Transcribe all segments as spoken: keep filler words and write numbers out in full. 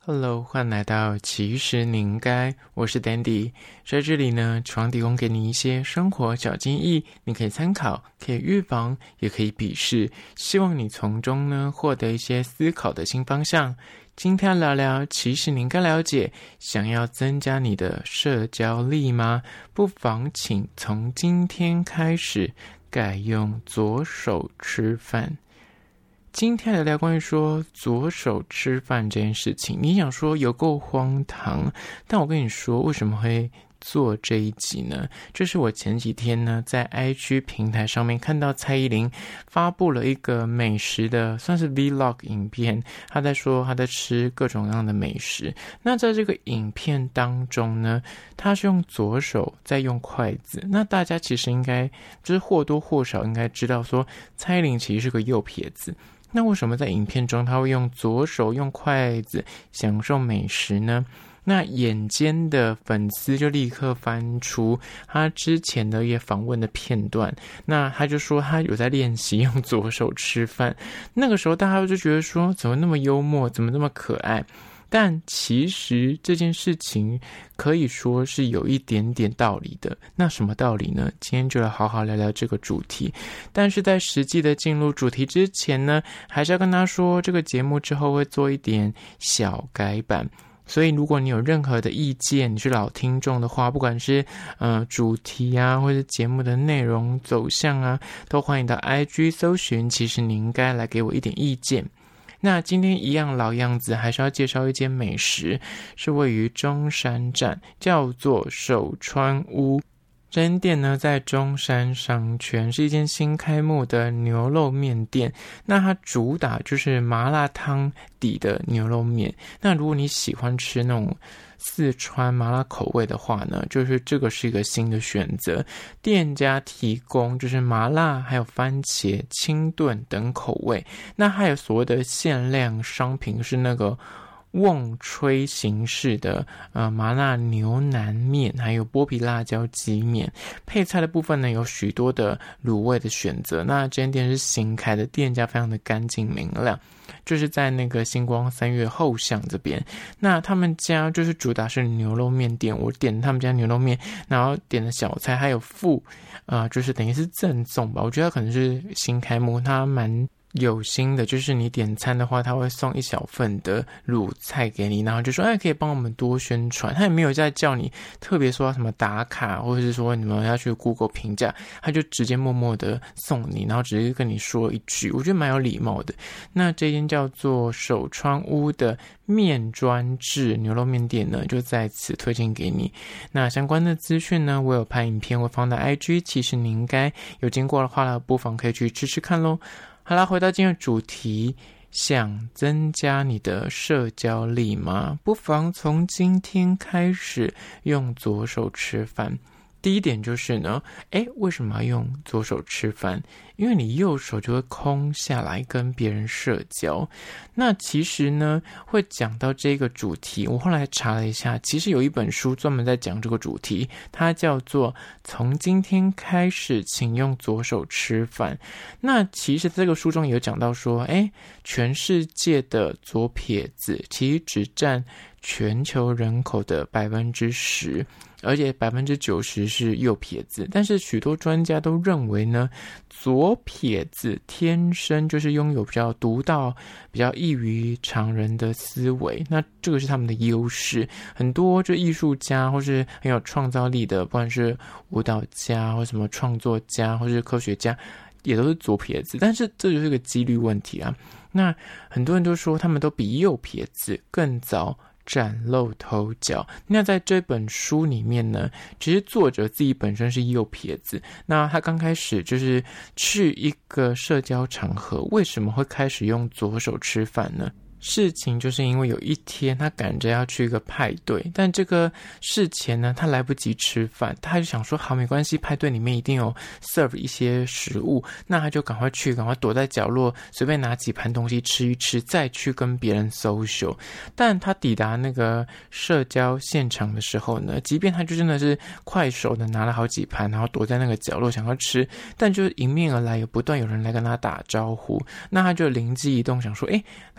Hello， 欢迎来到其实你应该，我是 Dandy， 在这里呢，希望提供给你一些生活小建议，你可以参考，可以预防，也可以鄙视，希望你从中呢获得一些思考的新方向。今天聊聊其实你应该了解，想要增加你的社交力吗？不妨请从今天开始改用左手吃饭。今天聊聊关于说左手吃饭这件事情，你想说有够荒唐，但我跟你说为什么会做这一集呢？这是我前几天呢在 I G 平台上面看到蔡依林发布了一个美食的算是 Vlog 影片，她在说她在吃各种各样的美食。那在这个影片当中呢，她是用左手在用筷子，那大家其实应该就是或多或少应该知道说蔡依林其实是个右撇子，那为什么在影片中他会用左手用筷子享受美食呢？那眼尖的粉丝就立刻翻出他之前的一些访问的片段，那他就说他有在练习用左手吃饭，那个时候大家就觉得说怎么那么幽默，怎么那么可爱，但其实这件事情可以说是有一点点道理的。那什么道理呢？今天就来好好聊聊这个主题。但是在实际的进入主题之前呢，还是要跟他说这个节目之后会做一点小改版，所以如果你有任何的意见，你是老听众的话，不管是呃主题啊，或者节目的内容走向啊，都欢迎到 I G 搜寻其实你应该来给我一点意见。那今天一样老样子，还是要介绍一间美食，是位于中山站，叫做手川屋。这间店呢在中山商圈，是一间新开幕的牛肉面店。那它主打就是麻辣汤底的牛肉面。那如果你喜欢吃那种四川麻辣口味的话呢，就是这个是一个新的选择。店家提供就是麻辣还有番茄、清炖等口味。那还有所谓的限量商品是那个瓮吹形式的呃麻辣牛腩面，还有剥皮辣椒鸡面。配菜的部分呢有许多的卤味的选择。那这间店是新开的，店家非常的干净明亮，就是在那个星光三月后巷这边。那他们家就是主打是牛肉面店，我点他们家牛肉面，然后点了小菜，还有附呃就是等于是赠送吧，我觉得可能是新开幕，它蛮有心的，就是你点餐的话他会送一小份的卤菜给你，然后就说哎，可以帮我们多宣传。他也没有在叫你特别说什么打卡，或者是说你们要去 Google 评价，他就直接默默的送你，然后直接跟你说一句，我觉得蛮有礼貌的。那这间叫做手川屋的面专制牛肉面店呢，就在此推荐给你。那相关的资讯呢，我有拍影片，我放在 I G， 其实你应该有经过的话呢，不妨可以去吃吃看咯。好啦，回到今天的主题，想增加你的社交力吗？不妨从今天开始用左手吃饭。第一点就是呢，诶，为什么要用左手吃饭？因为你右手就会空下来跟别人社交。那其实呢，会讲到这个主题，我后来查了一下，其实有一本书专门在讲这个主题，它叫做从今天开始请用左手吃饭。那其实这个书中有讲到说，诶，全世界的左撇子其实只占全球人口的百分之十，而且百分之九十是右撇子。但是许多专家都认为呢，左撇子天生就是拥有比较独到、比较异于常人的思维，那这个是他们的优势。很多就艺术家或是很有创造力的，不管是舞蹈家或什么创作家或是科学家，也都是左撇子。但是这就是个几率问题啊。那很多人都说他们都比右撇子更早崭露头角。那在这本书里面呢，其实作者自己本身是右撇子，那他刚开始就是去一个社交场合，为什么会开始用左手吃饭呢？事情就是因为有一天他赶着要去一个派对，但这个事前呢他来不及吃饭，他就想说好没关系，派对里面一定有 serve 一些食物，那他就赶快去，赶快躲在角落随便拿几盘东西吃一吃，再去跟别人 social。 但他抵达那个社交现场的时候呢，即便他就真的是快手的拿了好几盘，然后躲在那个角落想要吃，但就迎面而来有不断有人来跟他打招呼，那他就灵机一动想说诶，他好没关系，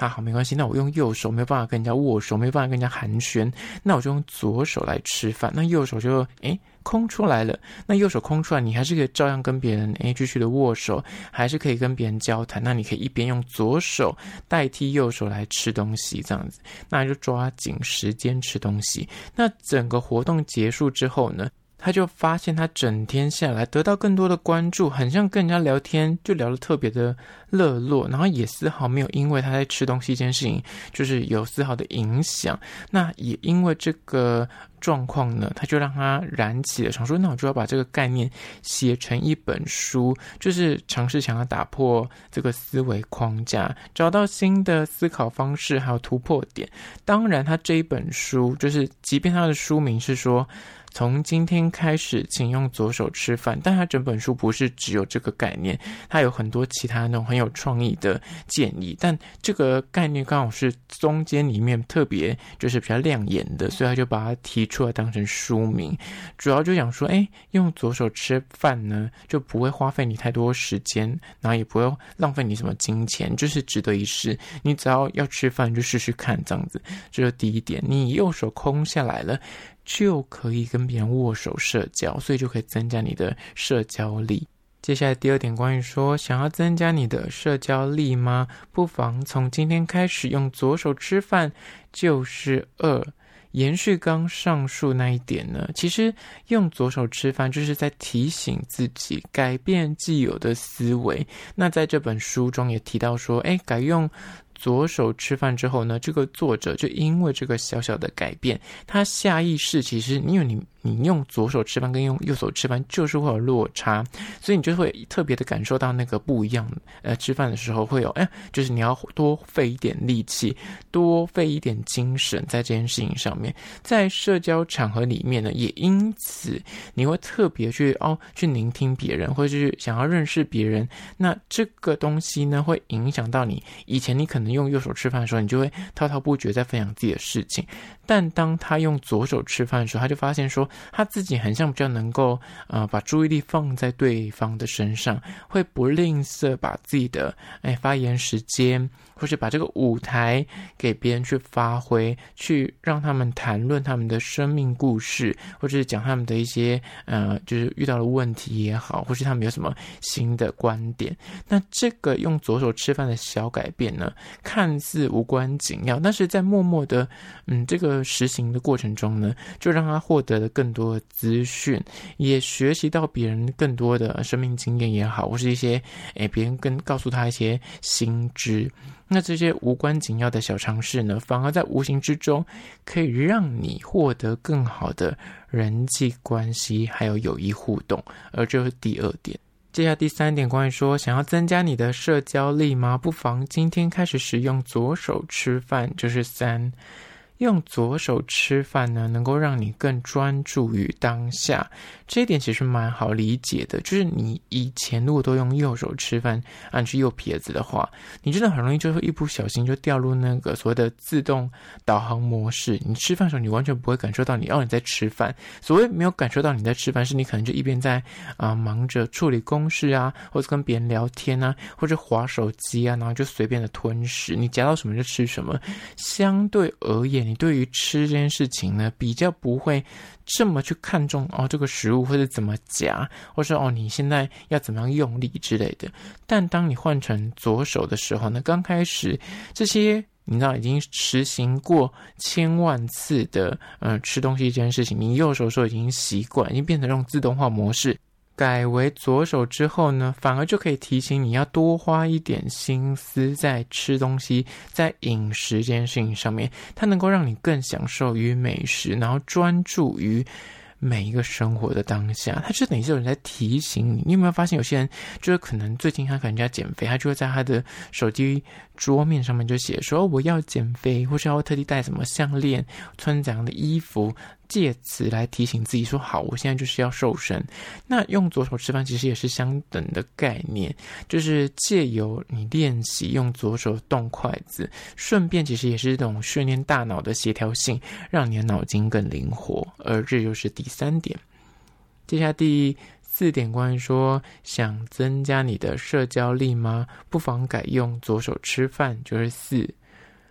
系，那我用右手没有办法跟人家握手，没有办法跟人家寒暄，那我就用左手来吃饭，那右手就诶空出来了，那右手空出来，你还是可以照样跟别人诶继续的握手，还是可以跟别人交谈，那你可以一边用左手代替右手来吃东西，这样子，那就抓紧时间吃东西。那整个活动结束之后呢，他就发现他整天下来得到更多的关注，很像跟人家聊天就聊得特别的热络，然后也丝毫没有因为他在吃东西这件事情就是有丝毫的影响。那也因为这个状况呢，他就让他燃起了想说，那我就要把这个概念写成一本书，就是尝试想要打破这个思维框架，找到新的思考方式还有突破点。当然他这一本书就是即便他的书名是说从今天开始请用左手吃饭，但他整本书不是只有这个概念，他有很多其他那种很有创意的建议，但这个概念刚好是中间里面特别就是比较亮眼的，所以他就把它提出来当成书名，主要就想说诶用左手吃饭呢就不会花费你太多时间，然后也不会浪费你什么金钱，就是值得一试，你只要要吃饭就试试看，这样子。这是第一点，你右手空下来了就可以跟别人握手社交，所以就可以增加你的社交力。接下来第二点，关于说想要增加你的社交力吗？不妨从今天开始用左手吃饭，就是二。延续刚上述那一点呢，其实用左手吃饭就是在提醒自己改变既有的思维。那在这本书中也提到说，诶，改用左手吃饭之后呢，这个作者就因为这个小小的改变，他下意识其实因为你你用左手吃饭跟用右手吃饭就是会有落差，所以你就会特别的感受到那个不一样。呃，吃饭的时候会有，哎，就是你要多费一点力气，多费一点精神在这件事情上面。在社交场合里面呢，也因此你会特别去哦去聆听别人，或者是想要认识别人。那这个东西呢，会影响到你以前你可能用右手吃饭的时候，你就会滔滔不绝在分享自己的事情，但当他用左手吃饭的时候，他就发现说他自己很像比较能够呃把注意力放在对方的身上，会不吝啬把自己的哎发言时间，或是把这个舞台给别人去发挥，去让他们谈论他们的生命故事，或者是讲他们的一些呃就是遇到的问题也好，或是他们有什么新的观点。那这个用左手吃饭的小改变呢，看似无关紧要，但是在默默的嗯这个实行的过程中呢，就让他获得了更多的资讯，也学习到别人更多的生命经验也好，或是一些诶别人跟告诉他一些新知。那这些无关紧要的小尝试呢，反而在无形之中可以让你获得更好的人际关系还有友谊互动，而这是第二点。接下来第三点，关于说想要增加你的社交力吗？不妨今天开始使用左手吃饭，这是三。用左手吃饭呢，能够让你更专注于当下，这一点其实蛮好理解的。就是你以前如果都用右手吃饭，啊你是右撇子的话，你真的很容易就会一不小心就掉入那个所谓的自动导航模式。你吃饭的时候，你完全不会感受到你哦你在吃饭。所谓没有感受到你在吃饭，是你可能就一边在啊、呃、忙着处理公事啊，或者跟别人聊天啊，或者滑手机啊，然后就随便的吞食，你夹到什么就吃什么。相对而言，你对于吃这件事情呢，比较不会这么去看重哦这个食物或者怎么夹，或是哦你现在要怎么样用力之类的。但当你换成左手的时候呢，刚开始这些你知道已经实行过千万次的呃吃东西这件事情，你右手的时候已经习惯，已经变成这种自动化模式。改为左手之后呢，反而就可以提醒你要多花一点心思在吃东西，在饮食这件事情上面，它能够让你更享受于美食，然后专注于每一个生活的当下。他就等于是有人在提醒你。你有没有发现有些人就是可能最近他可能在减肥，他就会在他的手机桌面上面就写说、哦、我要减肥，或是要特地带什么项链，穿怎样的衣服，借此来提醒自己说好我现在就是要瘦身。那用左手吃饭其实也是相等的概念，就是借由你练习用左手动筷子，顺便其实也是一种训练大脑的协调性，让你的脑筋更灵活，而这就是第三点。接下来第四点，关于说想增加你的社交力吗？不妨改用左手吃饭，就是四。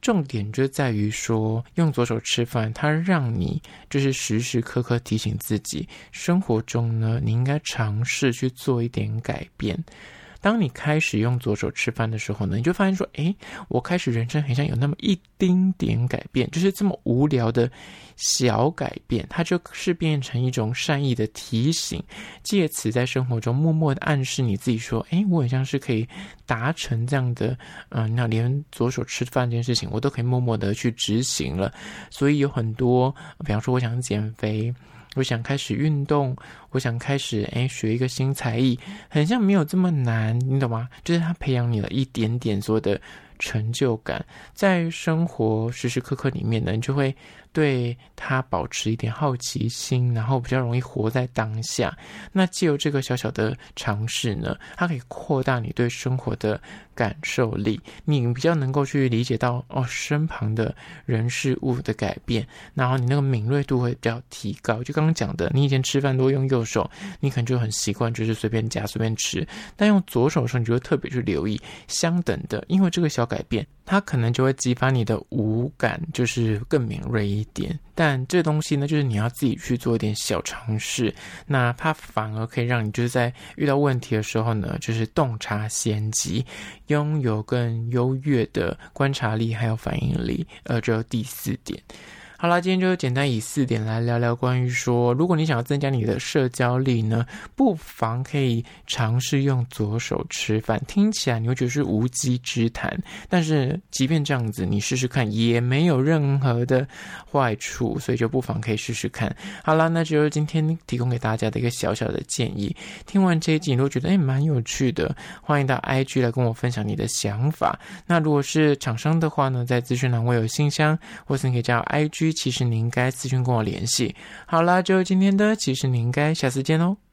重点就在于说，用左手吃饭，它让你就是时时刻刻提醒自己，生活中呢，你应该尝试去做一点改变。当你开始用左手吃饭的时候呢，你就发现说，诶，我开始人生好像有那么一丁点改变，就是这么无聊的小改变，它就是变成一种善意的提醒，借此在生活中默默的暗示你自己说，诶，我好像是可以达成这样的，嗯、呃，那连左手吃饭这件事情，我都可以默默的去执行了。所以有很多，比方说我想减肥，我想开始运动，我想开始诶学一个新才艺，很像没有这么难，你懂吗？就是他培养你了一点点所有的成就感，在生活时时刻刻里面呢，你就会对他保持一点好奇心，然后比较容易活在当下。那藉由这个小小的尝试呢，它可以扩大你对生活的感受力，你比较能够去理解到哦身旁的人事物的改变，然后你那个敏锐度会比较提高。就刚刚讲的，你以前吃饭都用右手，你可能就很习惯就是随便夹随便吃，但用左手的时候，你就会特别去留意相等的，因为这个小改变，它可能就会激发你的五感，就是更敏锐一点。但这东西呢，就是你要自己去做一点小尝试，那它反而可以让你就是在遇到问题的时候呢，就是洞察先机，拥有更优越的观察力还有反应力。呃，这有第四点。好啦，今天就简单以四点来聊聊关于说，如果你想要增加你的社交力呢，不妨可以尝试用左手吃饭。听起来你会觉得是无稽之谈，但是即便这样子，你试试看也没有任何的坏处，所以就不妨可以试试看。好啦，那就是今天提供给大家的一个小小的建议。听完这一集，你都觉得诶蛮有趣的，欢迎到 I G 来跟我分享你的想法。那如果是厂商的话呢，在资讯栏我有信箱，或是你可以加入 I G，其实你应该私讯跟我联系。好啦，就今天的其实你应该，下次见哦。